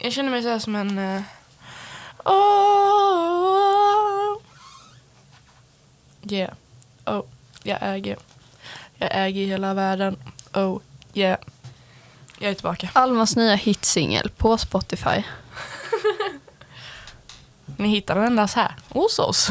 Jag känner mig så här som en... Oh, yeah. Oh, jag äger. Jag äger hela världen. Oh, yeah. Jag är tillbaka. Almas nya hitsingel på Spotify. Ni hittar den endast här hos oss.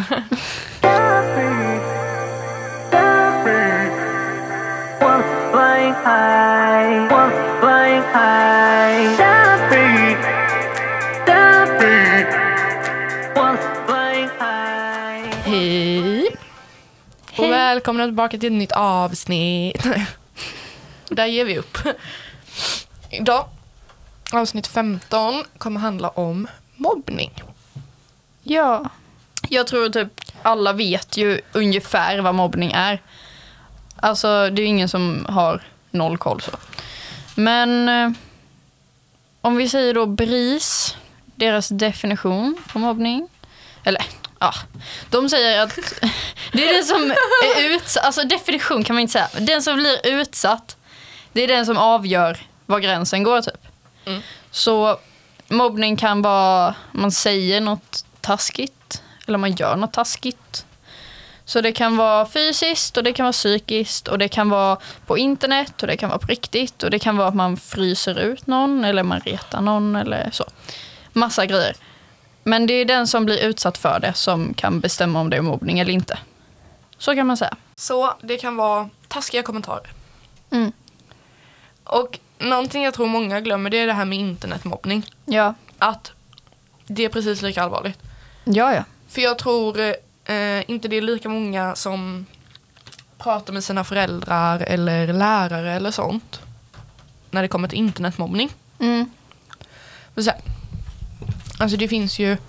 Hej. Och välkomna tillbaka till ett nytt avsnitt. Där ger vi upp. Idag, avsnitt 15, kommer handla om mobbning. Ja, jag tror typ alla vet ju ungefär vad mobbning är. Alltså det är ingen som har noll koll så. Men om vi säger då BRIS, deras definition på mobbning. Eller ja, de säger att det är den som är utsatt, alltså definition kan man inte säga. Den som blir utsatt, det är den som avgör var gränsen går typ. Mm. Så mobbning kan vara, man säger något taskigt eller man gör något taskigt. Så det kan vara fysiskt och det kan vara psykiskt och det kan vara på internet och det kan vara på riktigt och det kan vara att man fryser ut någon eller man retar någon eller så. Massa grejer. Men det är den som blir utsatt för det som kan bestämma om det är mobbning eller inte. Så kan man säga. Så det kan vara taskiga kommentarer. Mm. Och någonting jag tror många glömmer, det är det här med internetmobbning. Ja. Att det är precis lika allvarligt. Ja. För jag tror inte det är lika många som pratar med sina föräldrar eller lärare eller sånt när det kommer till internetmobbning. Mm. Så här, alltså det finns ju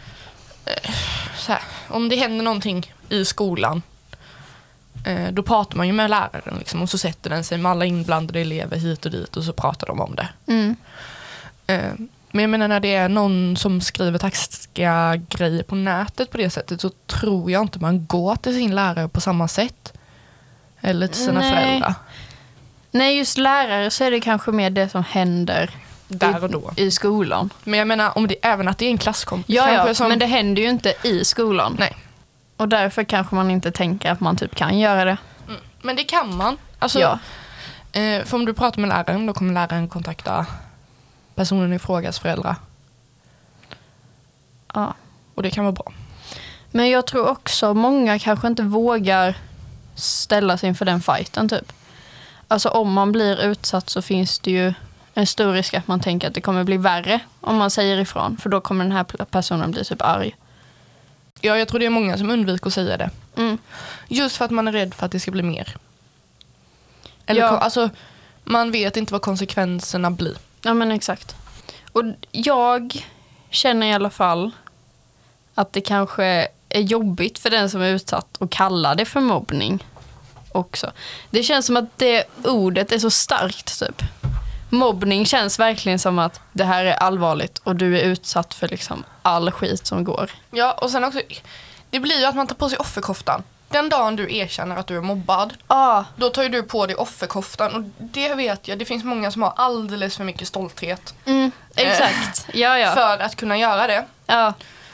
så här, om det händer någonting i skolan då pratar man ju med läraren liksom, och så sätter den sig med alla inblandade elever hit och dit och så pratar de om det. Mm. Men jag menar när det är någon som skriver taskiga grejer på nätet på det sättet så tror jag inte man går till sin lärare på samma sätt. Eller till sina föräldrar. Nej, just lärare så är det kanske mer det som händer där och då i skolan. Men jag menar om det, även att det är en klasskompis. Ja, som... men det händer ju inte i skolan. Nej. Och därför kanske man inte tänker att man typ kan göra det. Mm. Men det kan man. Alltså, ja. För om du pratar med läraren då kommer läraren kontakta personen i frågas föräldrar. Ja. Och det kan vara bra. Men jag tror också många kanske inte vågar ställa sig inför den fighten typ. Alltså om man blir utsatt så finns det ju en stor risk att man tänker att det kommer bli värre om man säger ifrån. För då kommer den här personen bli typ arg. Ja, jag tror det är många som undviker att säga det. Mm. Just för att man är rädd för att det ska bli mer. Eller ja. Alltså, man vet inte vad konsekvenserna blir. Ja, men exakt. Och jag känner i alla fall att det kanske är jobbigt för den som är utsatt att kalla det för mobbning också. Det känns som att det ordet är så starkt typ. Mobbning känns verkligen som att det här är allvarligt och du är utsatt för liksom all skit som går. Ja, och sen också, det blir ju att man tar på sig offerkoftan. Den dagen du erkänner att du är mobbad, då tar ju du på dig offerkoftan. Och det vet jag, det finns många som har alldeles för mycket stolthet. Mm, exakt. Ja. För att kunna göra det. Ja.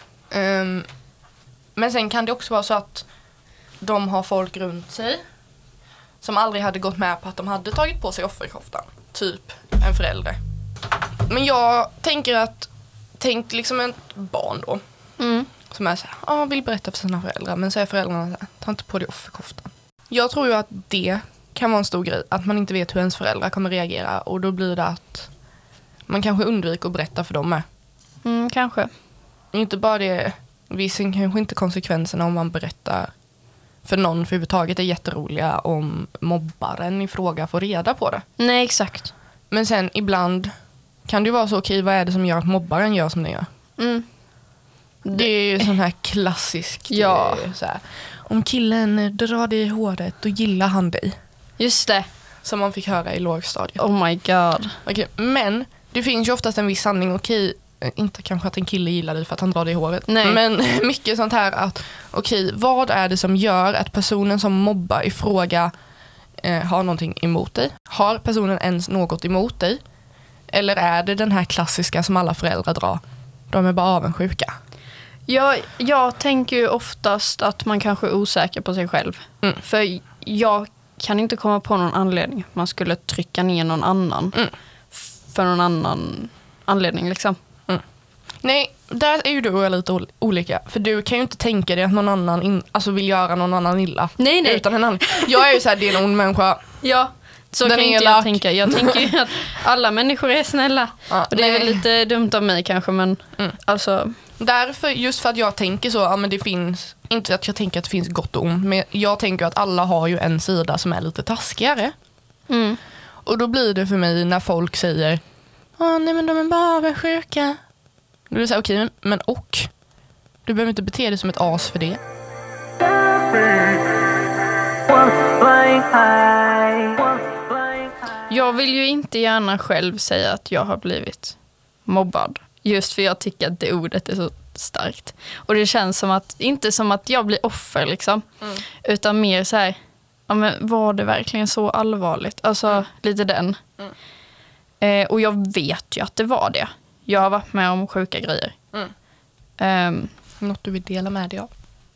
Men sen kan det också vara så att de har folk runt sig som aldrig hade gått med på att de hade tagit på sig offerkoftan. Typ en förälder. Men jag tänker att, tänk liksom ett barn då. Mm. Som är så här, vill berätta för sina föräldrar. Men så är föräldrarna så här, ta inte på dig offerkoftan. Jag tror ju att det kan vara en stor grej. Att man inte vet hur ens föräldrar kommer reagera. Och då blir det att man kanske undviker att berätta för dem med. Mm, kanske. Inte bara det, visst kanske inte konsekvenserna om man berättar för någon för överhuvudtaget är jätteroliga om mobbaren i fråga får reda på det. Nej, exakt. Men sen ibland kan det ju vara så, okej, vad är det som gör att mobbaren gör som den gör? Mm. Det är ju sån här klassisk så här, om killen drar dig i håret då gillar han dig. Just det. Som man fick höra i lågstadiet. Oh my god. Okej, men det finns ju oftast en viss sanning. Okej, inte kanske att en kille gillar dig för att han drar dig i håret. Nej. Men mycket sånt här att okej, vad är det som gör att personen som mobbar i fråga har någonting emot dig? Har personen ens något emot dig? Eller är det den här klassiska som alla föräldrar drar? De är bara avundsjuka. Jag tänker ju oftast att man kanske är osäker på sig själv. För jag kan inte komma på någon anledning man skulle trycka ner någon annan för någon annan anledning liksom. Nej, där är ju du och jag lite olika. För du kan ju inte tänka dig att någon annan vill göra någon annan illa. Nej. Utan en annan. Jag är ju så här, det är en ond människa. Ja, så Den kan är inte elak. jag tänka. Jag tänker ju att alla människor är snälla. Ja, och det är väl lite dumt av mig kanske, men alltså... Därför, just för att jag tänker så, ja men det finns, inte att jag tänker att det finns gott och ont, men jag tänker att alla har ju en sida som är lite taskigare. Och då blir det för mig när folk säger, nej men de är bara avundsjuka. Då är det så här, okej, men du behöver inte bete dig som ett as för det. Jag vill ju inte gärna själv säga att jag har blivit mobbad. Just för jag tycker att det ordet är så starkt. Och det känns som att, inte som att jag blir offer liksom. Utan mer så här, ja men var det verkligen så allvarligt? Alltså lite den. Och jag vet ju att det var det. Jag har varit med om sjuka grejer. Något du vill dela med dig av?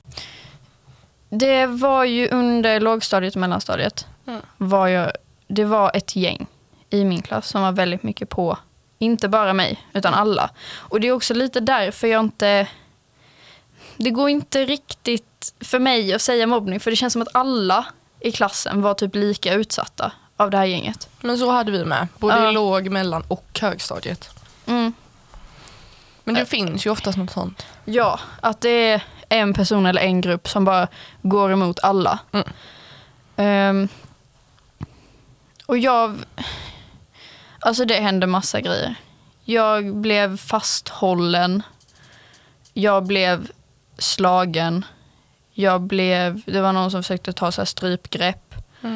Det var ju under lågstadiet och mellanstadiet. Det var ett gäng i min klass som var väldigt mycket på, inte bara mig, utan alla. Och det är också lite därför jag inte... Det går inte riktigt för mig att säga mobbning, för det känns som att alla i klassen var typ lika utsatta av det här gänget. Men så hade vi med, både i låg-, mellan- och högstadiet. Men det finns ju oftast något sånt. Ja, att det är en person eller en grupp som bara går emot alla. Och alltså det hände massa grejer. Jag blev fasthållen. Jag blev slagen. Det var någon som försökte ta så här strypgrepp.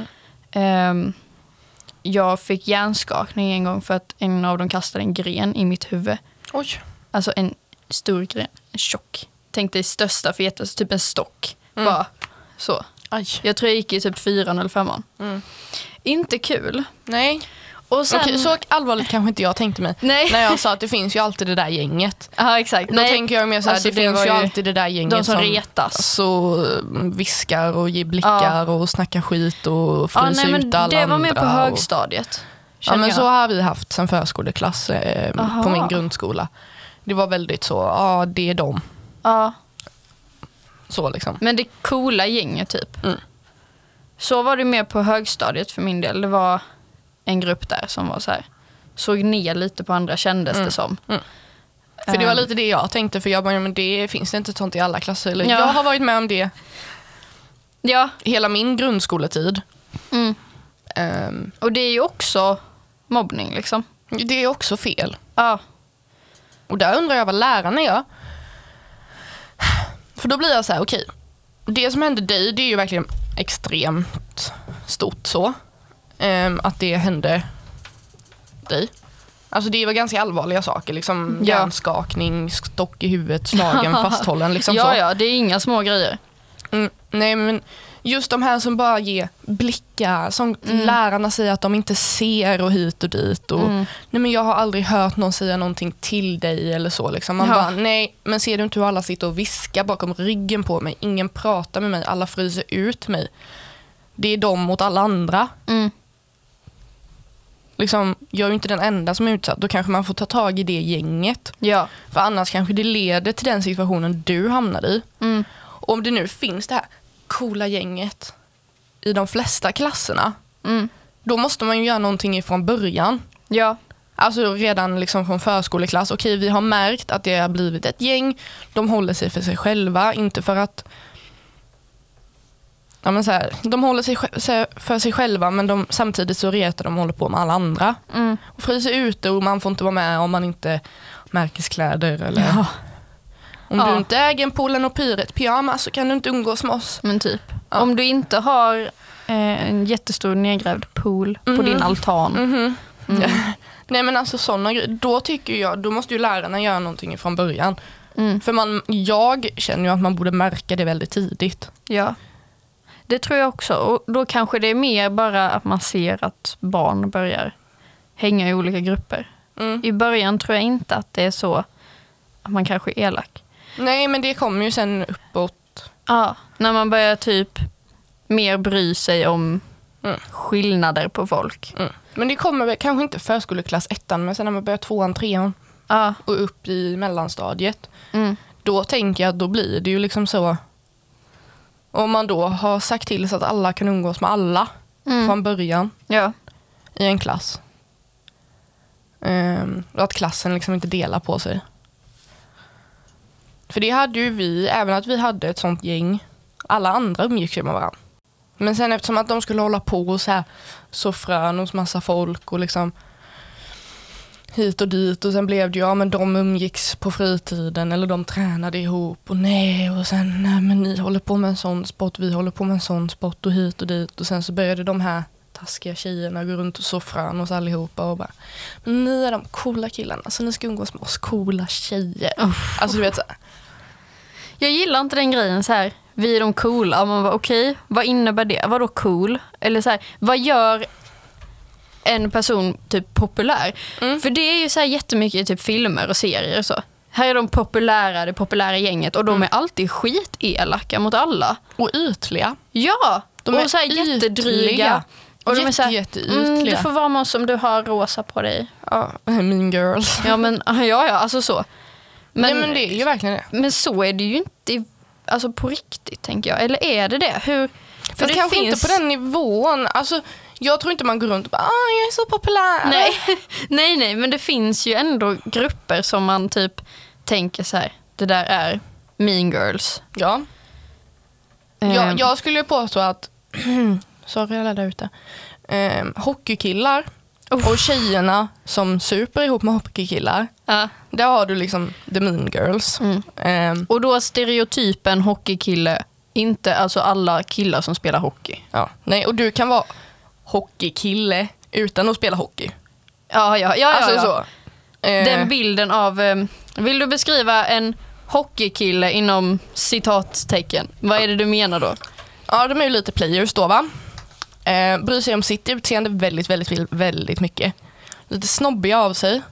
Jag fick hjärnskakning en gång för att en av dem kastade en gren i mitt huvud. Oj. Alltså en stor gren, en tjock. Tänk dig största fetaste, typ en stock. Bara så. Aj. Jag tror jag gick i typ 4:an eller 5:an. Inte kul. Nej. Och sen... Okej, så allvarligt kanske inte jag tänkte mig. Nej. När jag sa att det finns ju alltid det där gänget. Ja, exakt. Då tänker jag mer så här, Alltså, det finns var ju alltid det där gänget de som retas. Så viskar och ger blickar och snackar skit och fryser ut alla andra. Det var med på högstadiet. Ja, men så har vi haft sen förskoleklass på min grundskola. Det var väldigt så, det är dem. Ja. Så liksom. Men det coola gänget typ. Så var det mer på högstadiet för min del. Det var en grupp där som var så här, såg ner lite på andra, kändes det som. För det var lite det jag tänkte, för jag bara, men det finns det inte sånt i alla klasser. Eller, jag har varit med om det hela min grundskoletid. Och det är ju också mobbning liksom. Det är också fel. Ja. Och där undrar jag vad lärarna gör. För då blir jag så här, okej. Det som hände dig, det är ju verkligen extremt stort så. Att det hände dig. Alltså det var ganska allvarliga saker. Liksom hjärnskakning, stock i huvudet, slagen, fasthållen. Liksom så. Ja, det är inga små grejer. Nej, men just de här som bara ger blickar, som lärarna säger att de inte ser och hit och dit. Och, nej, men jag har aldrig hört någon säga någonting till dig eller så. Liksom. Man bara, nej, men ser du inte hur alla sitter och viskar bakom ryggen på mig? Ingen pratar med mig, alla fryser ut mig. Det är de mot alla andra. Liksom, jag är ju inte den enda som är utsatt. Då kanske man får ta tag i det gänget. Ja. För annars kanske det leder till den situationen du hamnar i. Och om det nu finns det här coola gänget i de flesta klasserna, då måste man ju göra någonting ifrån början. Ja. Alltså redan liksom från förskoleklass. Okej, vi har märkt att det har blivit ett gäng. De håller sig för sig själva, inte för att... Ja, men så här, de håller sig för sig själva, men samtidigt så retar de håller på med alla andra. Och fryser ute och man får inte vara med om man inte märkeskläder eller... Ja. Om du inte äger en Polen och Pyret pyjama så kan du inte umgås med oss. Men typ. Ja. Om du inte har en jättestor nedgrävd pool på din altan. Nej, men alltså sådana grejer. Då tycker jag, då måste ju lärarna göra någonting från början. För jag känner ju att man borde märka det väldigt tidigt. Ja. Det tror jag också. Och då kanske det är mer bara att man ser att barn börjar hänga i olika grupper. I början tror jag inte att det är så att man kanske är elak. Nej, men det kommer ju sen uppåt. Ja, när man börjar typ mer bry sig om skillnader på folk. Men det kommer väl kanske inte förskoleklass 1, men sen när man börjar 2:an, 3:an och upp i mellanstadiet. Då tänker jag att då blir det ju liksom så. Om man då har sagt till så att alla kan umgås med alla från början i en klass. Och att klassen liksom inte delar på sig. För det hade ju vi, även att vi hade ett sånt gäng. Alla andra umgick ju med varandra. Men sen eftersom att de skulle hålla på och så här soffrön hos massa folk och liksom hit och dit, och sen blev det ju, men de umgicks på fritiden eller de tränade ihop och och sen men ni håller på med en sån sport, vi håller på med en sån sport och hit och dit, och sen så började de här taskiga tjejerna gå runt och soffran hos allihopa och bara, men ni är de coola killarna så ni ska umgås med oss coola tjejer. Alltså du vet så här. Jag gillar inte den grejen så här. Vi är de coola. Man bara okej, vad innebär det? Vad då cool? Eller så här, vad gör en person typ populär? För det är ju så här jättemycket i typ filmer och serier och så. Här är de populära, det populära gänget, och de är alltid skitelaka mot alla. Och ytliga. Ja, de är så här jättedryga. Och de är så här, jätteytliga. du får vara med oss om du har rosa på dig. Ja, mean girls. Ja, men alltså så. Nej, men det är ju verkligen det. Men så är det ju inte alltså på riktigt, tänker jag. Eller är det det? Hur? För det kanske inte på den nivån. Alltså, jag tror inte man går runt och bara, jag är så populär. Nej, men det finns ju ändå grupper som man typ tänker så här, det där är mean girls. Ja. Jag skulle ju påstå att sorry alla där ute. Hockeykillar och tjejerna som super ihop med hockeykillar. Där har du liksom the mean girls. Och då stereotypen hockeykille, inte alltså alla killar som spelar hockey. Ja, nej, och du kan vara hockeykille utan att spela hockey. Ja. Alltså så. Den bilden av, vill du beskriva en hockeykille inom citattecken? Vad är det du menar då? Ja, de är ju lite players då, va? Bryr sig om sitt utseende väldigt, väldigt, väldigt mycket. Lite snobbiga av sig.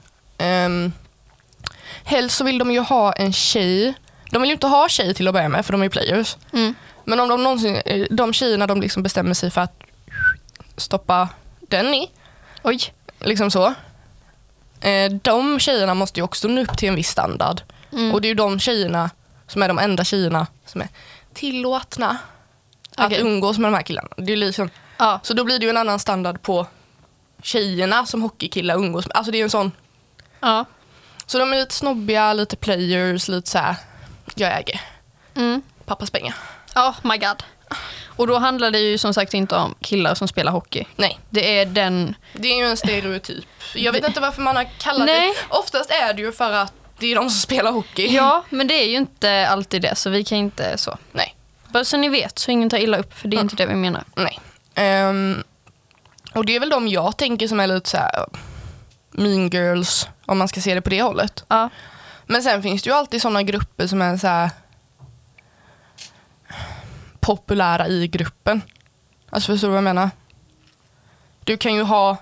Helst så vill de ju ha en tjej. De vill ju inte ha tjej till att börja med, för de är ju players. Men om de någonsin, de tjejerna de liksom bestämmer sig för att stoppa den i. Oj. Liksom så. De tjejerna måste ju också nå upp till en viss standard. Och det är ju de tjejerna som är de enda tjejerna som är tillåtna att umgås med de här killarna. Det är liksom, så då blir det ju en annan standard på tjejerna som hockeykillar umgås med. Alltså det är en sån. Ja. Så de är lite snobbiga, lite players, lite så här. Jag äger pappas pengar. Oh my god. Och då handlar det ju som sagt inte om killar som spelar hockey. Nej. Det är ju en stereotyp. Jag vet inte varför man har kallat det. Oftast är det ju för att det är de som spelar hockey. Ja, men det är ju inte alltid det, så vi kan inte så. Nej. Bara så ni vet, så ingen tar illa upp, för det är inte det vi menar. Nej. Och det är väl de jag tänker som är lite så här mean girls, om man ska se det på det hållet. Ja. Men sen finns det ju alltid såna grupper som är så här populära i gruppen. Alltså förstår du vad jag menar? Du kan ju ha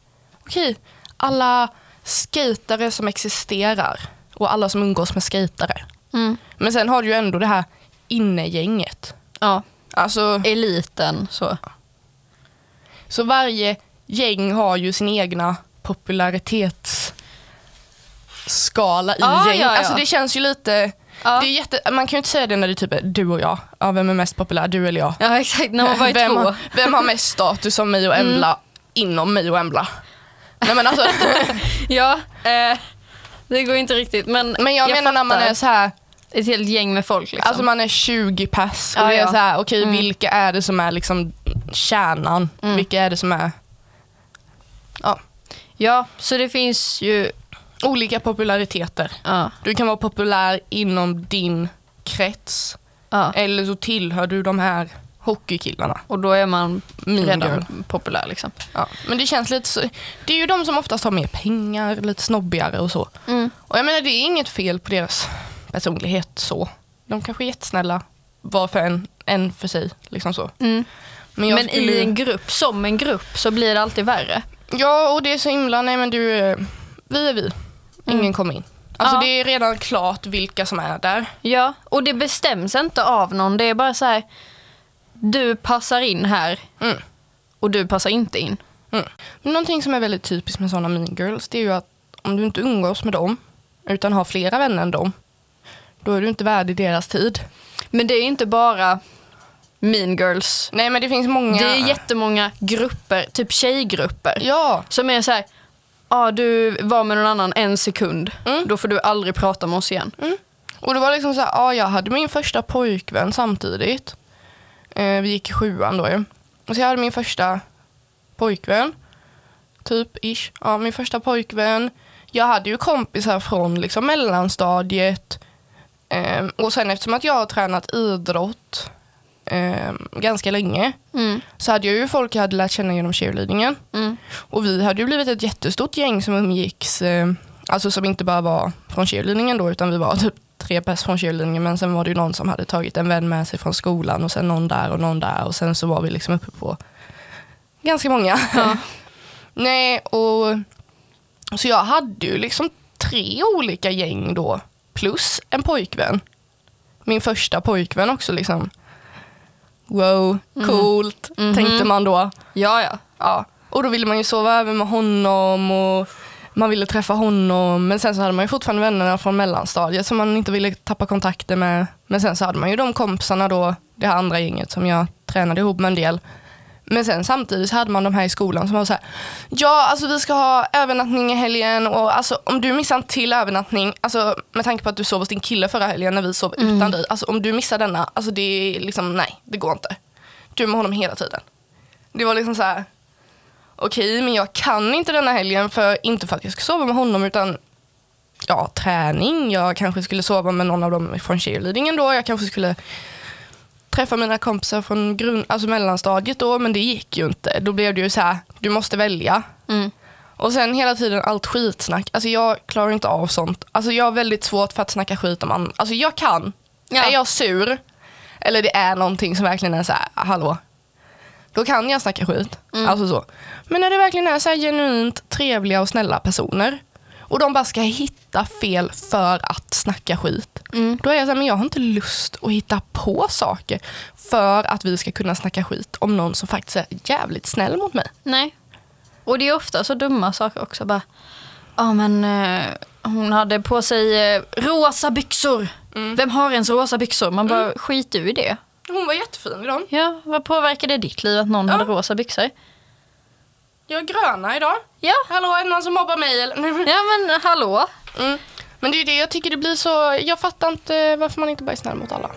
alla skatare som existerar och alla som umgås med skatare. Men sen har du ju ändå det här innegänget. Ja. Alltså eliten så. Så varje gäng har ju sin egna popularitetsskala i gäng. Ja. Alltså det känns ju lite det är man kan ju inte säga det när det är typ du och jag. Ja, vem är mest populär, du eller jag? Ja, exakt. När man var i två. Vem har mest status som mig och Embla inom mig och Embla? Nej men alltså det går inte riktigt, men jag menar när man är så här ett helt gäng med folk liksom. Alltså man är 20 pass och det är så här vilka är det som är liksom kärnan? Vilka är det som är Ja, så det finns ju olika populariteten. Du kan vara populär inom din krets. Eller så tillhör du de här hockeykillarna. Och då är man redan girl. populär liksom. Ja, men det känns lite så, det är ju de som oftast har mer pengar, lite snobbigare och så. Och jag menar det är inget fel på deras personlighet så. De kanske är jättesnälla var för en för sig liksom så. Men i en grupp så blir det alltid värre. Ja, och det är så himla, nej men du vi är vi. Ingen kommer in. Alltså det är redan klart vilka som är där. Ja, och det bestäms inte av någon. Det är bara så här, du passar in här och du passar inte in. Men någonting som är väldigt typiskt med sådana mean girls, det är ju att om du inte umgås med dem utan har flera vänner än dem, då är du inte värd deras tid. Men det är inte bara mean girls. Nej, men det finns många. Det är jättemånga grupper, typ tjejgrupper. Ja. Som är så här, du var med någon annan en sekund. Då får du aldrig prata med oss igen. Och det var liksom så här, jag hade min första pojkvän samtidigt. Vi gick i 7:an då ju. Och så jag hade min första pojkvän. Typ, ish. Ja, min första pojkvän. Jag hade ju kompisar från liksom mellanstadiet. Och sen eftersom att jag har tränat idrott ganska länge så hade jag ju folk jag hade lärt känna genom cheerleadingen. Och vi hade ju blivit ett jättestort gäng som umgicks, alltså som inte bara var från cheerleadingen då, utan vi var typ 3 pers från cheerleadingen, men sen var det ju någon som hade tagit en vän med sig från skolan och sen någon där och sen så var vi liksom uppe på ganska många. Ja. Nej, och så jag hade ju liksom 3 olika gäng då plus en pojkvän. Min första pojkvän också liksom. Wow, coolt, tänkte man då. Ja. Och då ville man ju sova över med honom och man ville träffa honom. Men sen så hade man ju fortfarande vännerna från mellanstadiet som man inte ville tappa kontakter med. Men sen så hade man ju de kompisarna då, det här andra gänget som jag tränade ihop med en del. Men sen samtidigt så hade man de här i skolan som var så här: ja, alltså vi ska ha övernattning i helgen och alltså om du missar en till övernattning, alltså med tanke på att du sov hos din kille förra helgen när vi sov utan dig, alltså om du missar denna, alltså det är liksom, nej, det går inte. Du är med honom hela tiden. Det var liksom så här: okej, men jag kan inte denna helgen inte för att jag ska sova med honom utan träning, jag kanske skulle sova med någon av dem från cheerleadingen då, jag kanske skulle träffa mina kompisar från alltså mellanstadiet då, men det gick ju inte. Då blev det ju så här, du måste välja. Och sen hela tiden allt skitsnack. Alltså jag klarar inte av sånt. Alltså jag har väldigt svårt för att snacka skit om andra. Alltså jag kan. Ja. Är jag sur eller det är någonting som verkligen är så här, hallå, då kan jag snacka skit. Alltså så. Men när det verkligen är så här genuint trevliga och snälla personer och de bara ska hitta fel för att snacka skit. Då är jag så här, men jag har inte lust att hitta på saker för att vi ska kunna snacka skit om någon som faktiskt är jävligt snäll mot mig. Nej. Och det är ofta så dumma saker också. Bara, hon hade på sig rosa byxor. Vem har ens rosa byxor? Man bara skiter ju i det. Hon var jättefin i dem. Ja, vad påverkade ditt liv att någon hade rosa byxor? Jag är gröna idag. Ja. Hallå, är det någon som mobbar mig? Eller? Ja, men hallå. Men det är ju det jag tycker det blir så... Jag fattar inte varför man inte bara är snäll mot alla.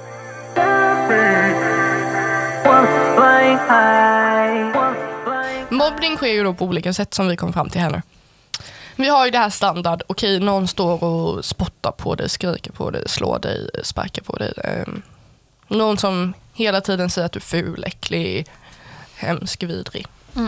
Mobbning sker ju då på olika sätt som vi kom fram till här nu. Vi har ju det här standard. Okej, någon står och spottar på dig, skriker på dig, slår dig, sparkar på dig. Någon som hela tiden säger att du är ful, äcklig, hemsk, vidrig.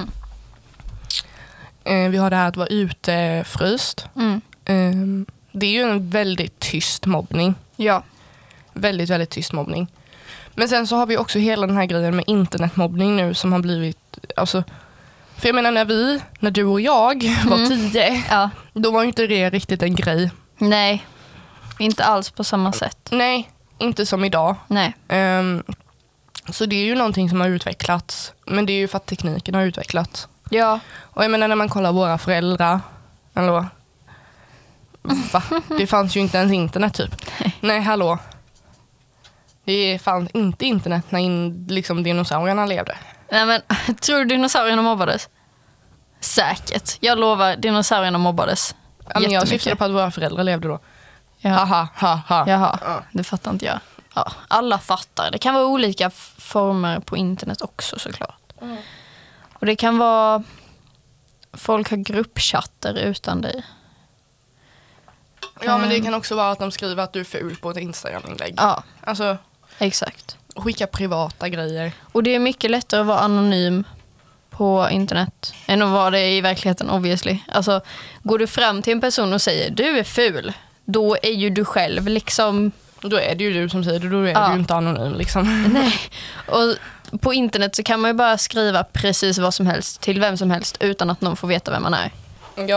Vi har det här att vara utefryst. Det är ju en väldigt tyst mobbning. Ja. Väldigt, väldigt tyst mobbning. Men sen så har vi också hela den här grejen med internetmobbning nu som har blivit... Alltså, för jag menar när du och jag var 10, då var ju inte det riktigt en grej. Nej, inte alls på samma sätt. Nej, inte som idag. Nej. Så det är ju någonting som har utvecklats. Men det är ju för att tekniken har utvecklats. Ja. Och jag menar när man kollar våra föräldrar, hallå, va? Det fanns ju inte ens internet typ. Nej, hallå. Det fanns inte internet när liksom dinosaurierna levde. Nej, men tror du dinosaurierna mobbades? Säkert. Jag lovar, dinosaurierna mobbades. Ja, men jag syftade på att våra föräldrar levde då. Jaha, det fattar inte jag. Ja, alla fattar. Det kan vara olika former på internet också såklart. Och det kan vara... Folk har gruppchatter utan dig. Ja, men det kan också vara att de skriver att du är ful på ett Instagram-inlägg. Ja, alltså, exakt. Skicka privata grejer. Och det är mycket lättare att vara anonym på internet än att vara det i verkligheten, obviously. Alltså, går du fram till en person och säger du är ful, då är ju du själv liksom... Då är det ju du som säger det, då är du ju inte anonym liksom. Nej, och på internet så kan man ju bara skriva precis vad som helst till vem som helst utan att någon får veta vem man är. Ja,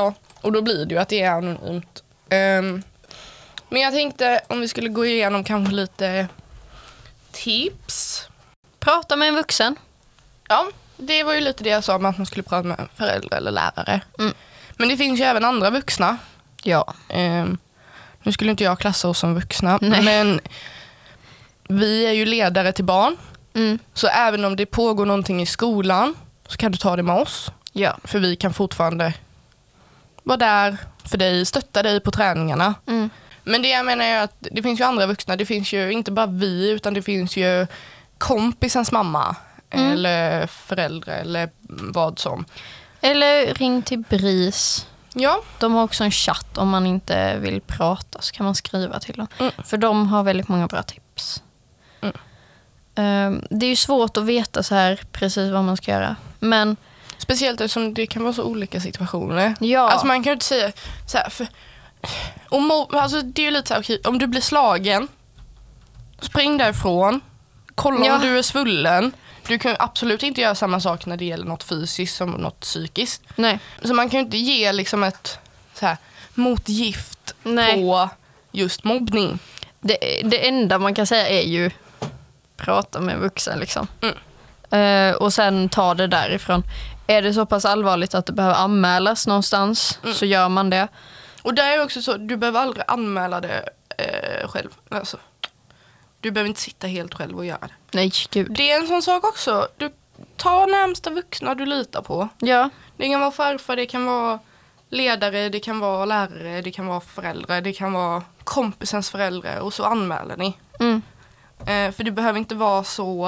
Och då blir det ju att det är anonymt. Men jag tänkte om vi skulle gå igenom kanske lite tips. Prata med en vuxen. Ja, det var ju lite det jag sa om att man skulle prata med föräldrar eller lärare. Men det finns ju även andra vuxna. Ja. Nu skulle inte jag klassa oss som vuxna. Nej. Men vi är ju ledare till barn. Så även om det pågår någonting i skolan så kan du ta det med oss. Ja. För vi kan fortfarande vara där för dig, stötta dig på träningarna. Men det jag menar är att det finns ju andra vuxna. Det finns ju inte bara vi, utan det finns ju kompisens mamma eller föräldrar eller vad som. Eller ring till BRIS. Ja. De har också en chatt om man inte vill prata, så kan man skriva till dem. För de har väldigt många bra tips. Det är ju svårt att veta så här precis vad man ska göra. Men Speciellt eftersom det kan vara så olika situationer. ja. Alltså man kan ju inte säga så här, alltså det är ju lite så här, okej, om du blir slagen, spring därifrån. Kolla om du är svullen. Du kan absolut inte göra samma sak när det gäller något fysiskt som något psykiskt. Nej. Så man kan ju inte ge liksom ett så här motgift Nej. på just mobbning. Det enda man kan säga är ju prata med en vuxen liksom. Och sen ta det därifrån. Är det så pass allvarligt att det behöver anmälas någonstans så gör man det. Och där är också så, du behöver aldrig anmäla det själv. Alltså, du behöver inte sitta helt själv och göra det. Nej, gud. Det är en sån sak också. Du tar närmsta vuxna du litar på. Ja. Det kan vara farfar, det kan vara ledare, det kan vara lärare, det kan vara föräldrar, det kan vara kompisens föräldrar och så anmäler ni. För det behöver inte vara så...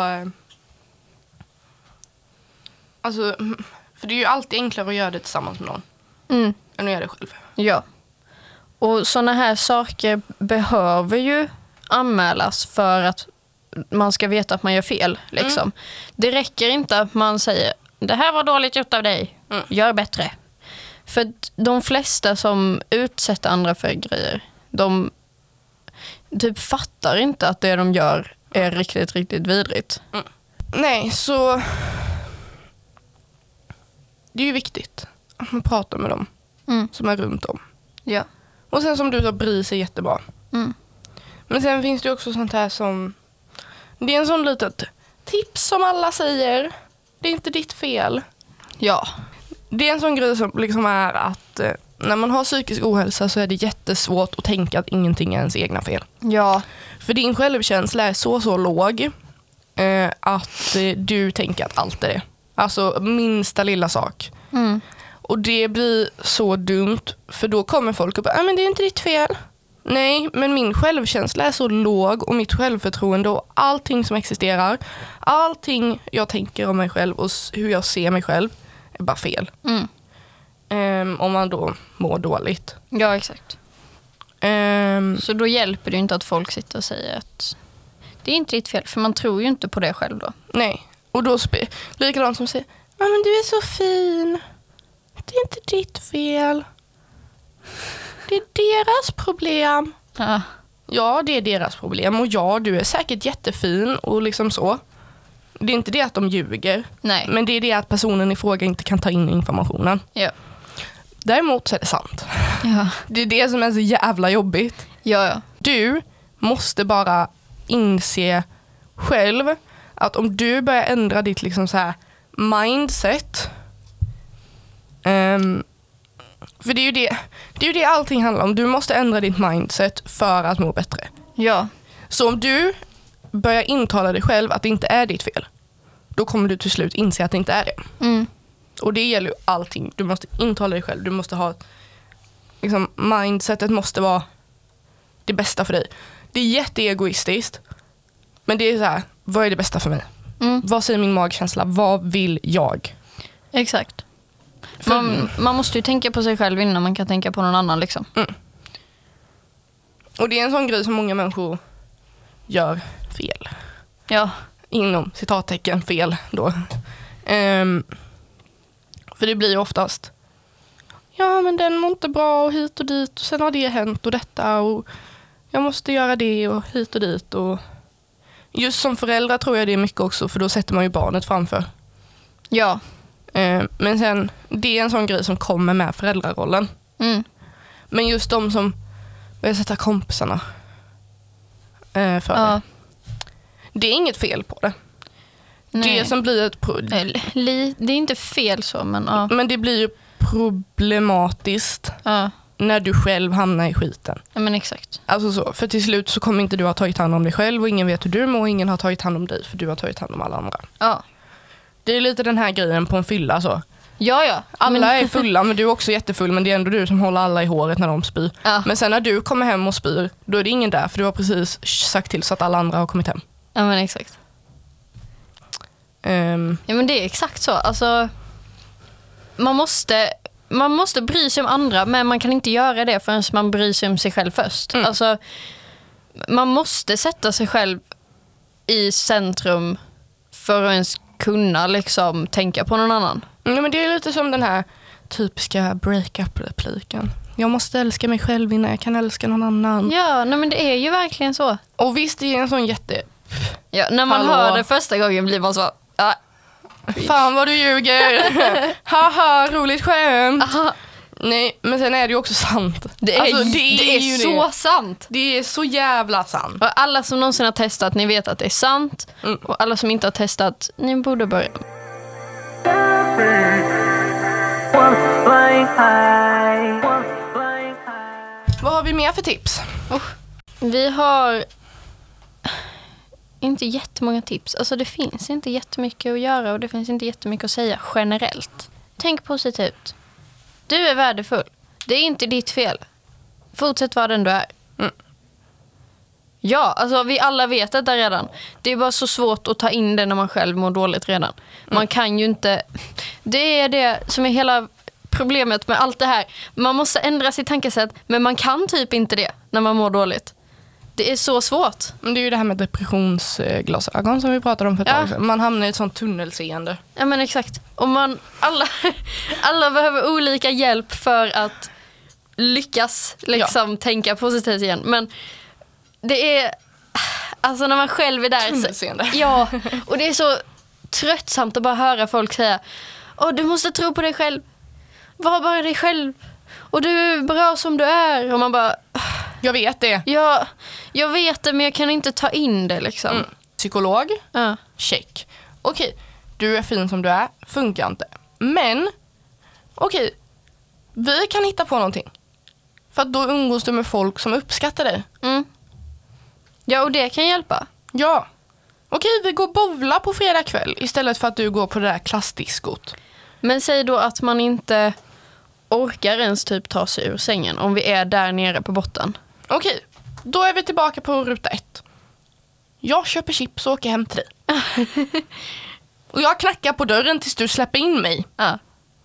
Alltså, för det är ju alltid enklare att göra det tillsammans med någon än att göra det själv. Ja. Och såna här saker behöver ju anmälas för att man ska veta att man gör fel. Liksom. Det räcker inte att man säger det här var dåligt gjort av dig, gör bättre. För de flesta som utsätter andra för grejer, de typ fattar inte att det de gör är riktigt, riktigt vidrigt. Nej, så det är ju viktigt att man pratar med dem som är runt om. Ja. Och sen som du sa, BRIS är jättebra. Men sen finns det också sånt här som... Det är en sån litet tips som alla säger. Det är inte ditt fel. Ja. Det är en sån grej som liksom är att när man har psykisk ohälsa så är det jättesvårt att tänka att ingenting är ens egna fel. Ja. För din självkänsla är så låg att du tänker att allt är det. Alltså minsta lilla sak. Och det blir så dumt, för då kommer folk och bara, men det är inte ditt fel. Nej, men min självkänsla är så låg och mitt självförtroende och allting som existerar, allting jag tänker om mig själv och hur jag ser mig själv är bara fel. Om man då mår dåligt. Ja, exakt. Så då hjälper det inte att folk sitter och säger att det är inte ditt fel, för man tror ju inte på det själv då. Nej, och då likadant som säger, men du är så fin. Det är inte ditt fel. Det är deras problem. Ja, det är deras problem. Och ja, du är säkert jättefin och liksom så. Det är inte det att de ljuger. Nej. Men det är det att personen i fråga inte kan ta in informationen. Ja. Däremot så är det sant. Ja. Det är det som är så jävla jobbigt. Ja. Du måste bara inse själv att om du börjar ändra ditt liksom så här mindset, för det är ju det allting handlar om. Du måste ändra ditt mindset för att må bättre. Ja. Så om du börjar intala dig själv att det inte är ditt fel, då kommer du till slut inse att det inte är det. Och det gäller ju allting. Du måste intala dig själv. Du måste ha liksom, mindsetet måste vara det bästa för dig. Det är jätteegoistiskt, men det är så här, vad är det bästa för mig? Vad säger min magkänsla? Vad vill jag? Exakt. Man måste ju tänka på sig själv innan man kan tänka på någon annan liksom. Och det är en sån grej som många människor gör fel. Ja. Inom citattecken fel då. För det blir ju oftast, ja men den mår inte bra och hit och dit och sen har det hänt och detta och jag måste göra det och hit och dit. Och just som föräldrar tror jag det är mycket också, för då sätter man ju barnet framför. Ja. Men sen, det är en sån grej som kommer med föräldrarollen. Men just de som börjar sätta kompisarna för det. Det är inget fel på det. Nej. Det som blir ett det är inte fel så, men men det blir ju problematiskt när du själv hamnar i skiten. Ja, men exakt. Alltså så, för till slut så kommer inte du ha tagit hand om dig själv och ingen vet hur du mår och ingen har tagit hand om dig för du har tagit hand om alla andra. Ja. Det är lite den här grejen på en fylla så. Ja. Alla är fulla men du är också jättefull men det är ändå du som håller alla i håret när de spyr. Ja. Men sen när du kommer hem och spyr då är det ingen där för du har precis sagt till så att alla andra har kommit hem. Ja, men exakt. Ja, men det är exakt så. Alltså, man måste bry sig om andra men man kan inte göra det förrän man bryr sig om sig själv först. Alltså, man måste sätta sig själv i centrum för att ens kunna liksom tänka på någon annan. Men det är lite som den här typiska break-up-repliken. Jag måste älska mig själv innan jag kan älska någon annan. Ja, nej, men det är ju verkligen så. Och visst, det är en sån Ja, när man hör det första gången blir man så... Fan vad du ljuger. Haha, roligt skämt. Nej, men sen är det ju också sant. Det är så sant. Det är så jävla sant. Och alla som någonsin har testat, ni vet att det är sant. Och alla som inte har testat, ni borde börja. Vad har vi mer för tips? Vi har inte jättemånga tips. Alltså det finns inte jättemycket att göra och det finns inte jättemycket att säga generellt. Tänk positivt. Du är värdefull. Det är inte ditt fel. Fortsätt vara den du är. Ja, alltså vi alla vet det redan. Det är bara så svårt att ta in det när man själv mår dåligt redan. Man kan ju inte... Det är det som är hela problemet med allt det här. Man måste ändra sitt tankesätt, men man kan typ inte det när man mår dåligt. Det är så svårt. Men det är ju det här med depressionsglasögon som vi pratade om för ett tag sedan. Man hamnar i ett sånt tunnelseende. Ja, men exakt. Och alla behöver olika hjälp för att lyckas liksom tänka positivt igen. Men det är... Alltså när man själv är där... Tunnelseende. Ja, och det är så tröttsamt att bara höra folk säga du måste tro på dig själv. Var bara dig själv. Och du är bra som du är. Och man bara... Jag vet det. Ja, jag vet det, men jag kan inte ta in det liksom. Psykolog? Check. Okej, du är fin som du är. Funkar inte. Men, okej, vi kan hitta på någonting. För att då umgås du med folk som uppskattar dig. Ja, och det kan hjälpa. Ja. Okej, vi går bowla på fredag kväll istället för att du går på det där klassdiskot. Men säg då att man inte orkar ens typ ta sig ur sängen om vi är där nere på botten. Okej, då är vi tillbaka på ruta 1. Jag köper chips och åker hem till dig. Och jag knackar på dörren tills du släpper in mig. Ja.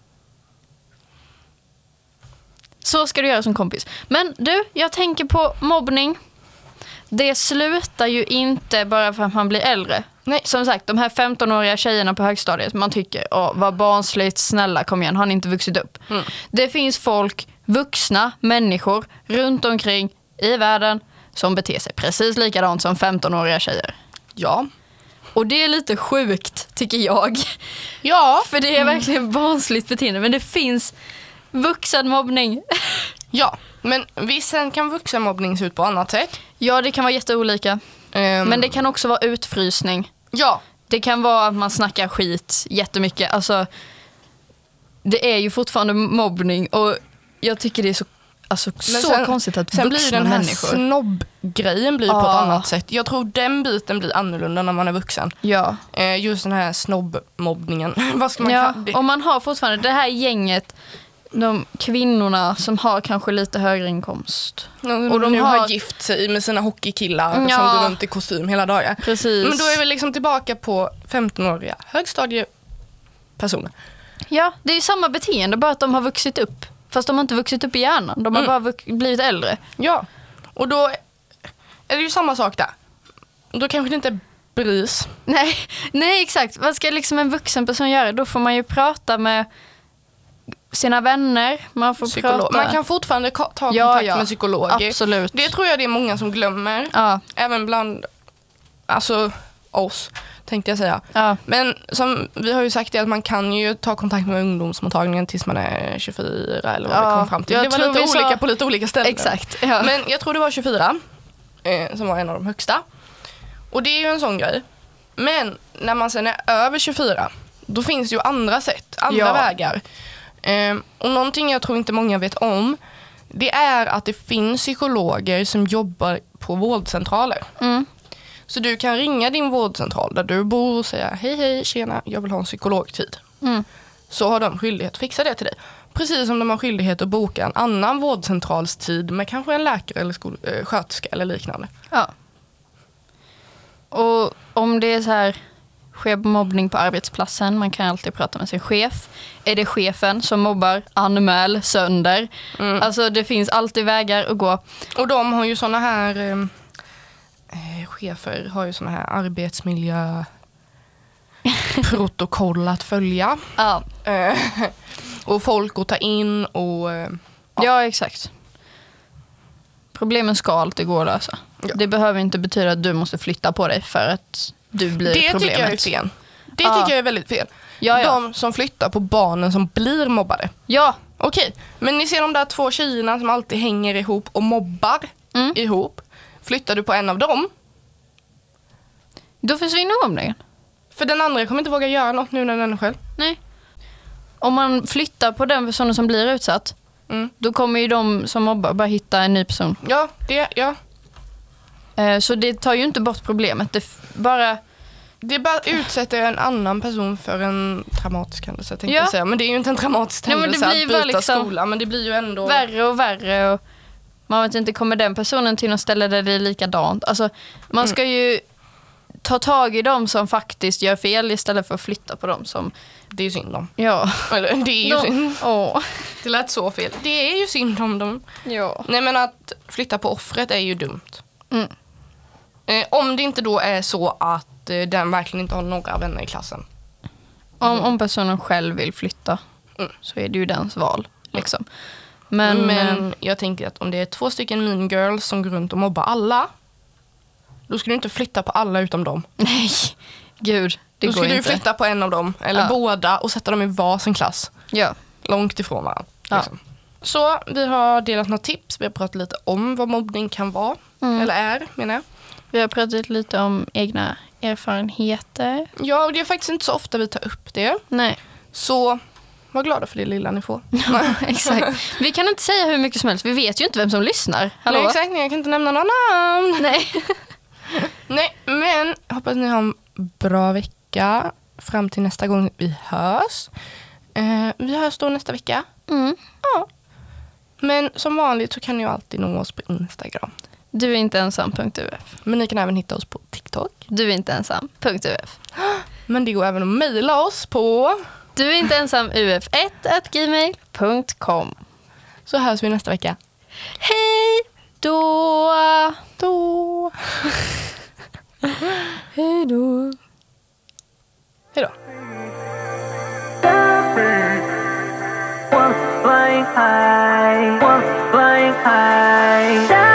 Så ska du göra som kompis. Men du, jag tänker på mobbning. Det slutar ju inte bara för att man blir äldre. Nej. Som sagt, de här 15-åriga tjejerna på högstadiet, man tycker, vad barnsligt, snälla, kom igen, har ni inte vuxit upp? Det finns folk, vuxna människor runt omkring i världen som beter sig precis likadant som 15-åriga tjejer. Ja. Och det är lite sjukt, tycker jag. Ja. För det är verkligen barnsligt beteende, men det finns vuxenmobbning. Ja, men sen kan vuxenmobbning se ut på annat sätt. Ja, det kan vara jätteolika. Men det kan också vara utfrysning. Ja. Det kan vara att man snackar skit jättemycket. Alltså, det är ju fortfarande mobbning. Och jag tycker det är så konstigt att sen vuxna blir den här människor... snobbgrejen blir på ett annat sätt. Jag tror den biten blir annorlunda när man är vuxen. Ja. Just den här snobbmobbningen. Vad ska man Ja, kalla det? och man har fortfarande det här gänget, de kvinnorna som har kanske lite högre inkomst. Och de har gift sig med sina hockeykillar som går runt i kostym hela dagen. Precis. Men då är vi liksom tillbaka på 15-åriga högstadiepersoner. Ja, det är ju samma beteende, bara att de har vuxit upp. Fast de har inte vuxit upp i hjärnan, de har bara blivit äldre. Ja, och då är det ju samma sak där. Då kanske det inte är bris. Nej, exakt. Vad ska liksom en vuxen person göra? Då får man ju prata med sina vänner. Man får prata. Man kan fortfarande ta kontakt med psykologer. Absolut. Det tror jag det är många som glömmer. Ja. Även bland oss. tänkte jag säga. Ja. Men som vi har ju sagt, det att man kan ju ta kontakt med ungdomsmottagningen tills man är 24 eller vad vi kom fram till. Det var lite olika på lite olika ställen. Exakt. Ja. Men jag tror det var 24 som var en av de högsta. Och det är ju en sån grej. Men när man sen är över 24, då finns ju andra sätt, andra vägar. Och någonting jag tror inte många vet om, det är att det finns psykologer som jobbar på vårdcentraler. Så du kan ringa din vårdcentral där du bor och säga hej, tjena, jag vill ha en psykologtid. Så har de skyldighet att fixa det till dig. Precis som de har skyldighet att boka en annan vårdcentralstid med kanske en läkare eller sköterska eller liknande. Ja. Och om det är så här, sker mobbning på arbetsplatsen, man kan alltid prata med sin chef. Är det chefen som mobbar, anmäl, sönder. Alltså det finns alltid vägar att gå. Och de har ju såna här chefer har ju såna här arbetsmiljöprotokoll att följa. Ja. Och folk att ta in och Ja, exakt. Problemen ska alltid gå att lösa. Ja. Det behöver inte betyda att du måste flytta på dig för att du blir det problemet. tycker jag är fel. Det tycker jag är väldigt fel. Ja. De som flyttar på barnen som blir mobbade. Ja. Okej, men ni ser de där 2 tjejerna som alltid hänger ihop och mobbar ihop. Flyttar du på en av dem? Då försvinner mobbningen. För den andra kommer inte våga göra något nu när den är själv. Nej. Om man flyttar på den personen som blir utsatt, då kommer ju de som mobbar bara hitta en ny person. Ja. Så det tar ju inte bort problemet. Det bara utsätter en annan person för en traumatisk händelse, tänkte jag säga. Men det är ju inte en traumatisk händelse att byta liksom skola, men det blir ju ändå värre och värre. Och man vet inte, kommer den personen till något ställe där det är likadant? Alltså, man ska ju ta tag i dem som faktiskt gör fel istället för att flytta på dem som... Det är ju synd om. Ja. Eller, det är ju synd. Åh. Det lät så fel. Det är ju synd om dem. Ja. Nej, men att flytta på offret är ju dumt. Om det inte då är så att den verkligen inte har några vänner i klassen. Om personen själv vill flytta så är det ju dens val. Liksom. Men jag tänker att om det är 2 stycken mean girls som går runt och mobbar alla, då ska du inte flytta på alla utom dem. Nej, gud. Det då går ska inte. du flytta på en av dem, eller båda, och sätta dem i varsin klass. Ja. Långt ifrån varandra. Liksom. Så vi har delat några tips. Vi har pratat lite om vad mobbning kan vara. Eller är, menar jag. Vi har pratat lite om egna erfarenheter. Ja, och det är faktiskt inte så ofta vi tar upp det. Nej. Så var glada för det lilla ni får. Exakt. Vi kan inte säga hur mycket som helst. Vi vet ju inte vem som lyssnar. Hallå? Nej, exakt. Jag kan inte nämna några namn. Nej. Nej, men hoppas ni har en bra vecka fram till nästa gång vi hörs. Vi hörs då nästa vecka. Ja. Men som vanligt så kan ni ju alltid nå oss på Instagram. Du är inte ensam.uf. Men ni kan även hitta oss på TikTok. Du är inte ensam.uf. Men det går även att mejla oss på... Du är inte ensam uf1@gmail.com. Så hörs vi nästa vecka. Hej då! Hej då. Hej då. Flying high.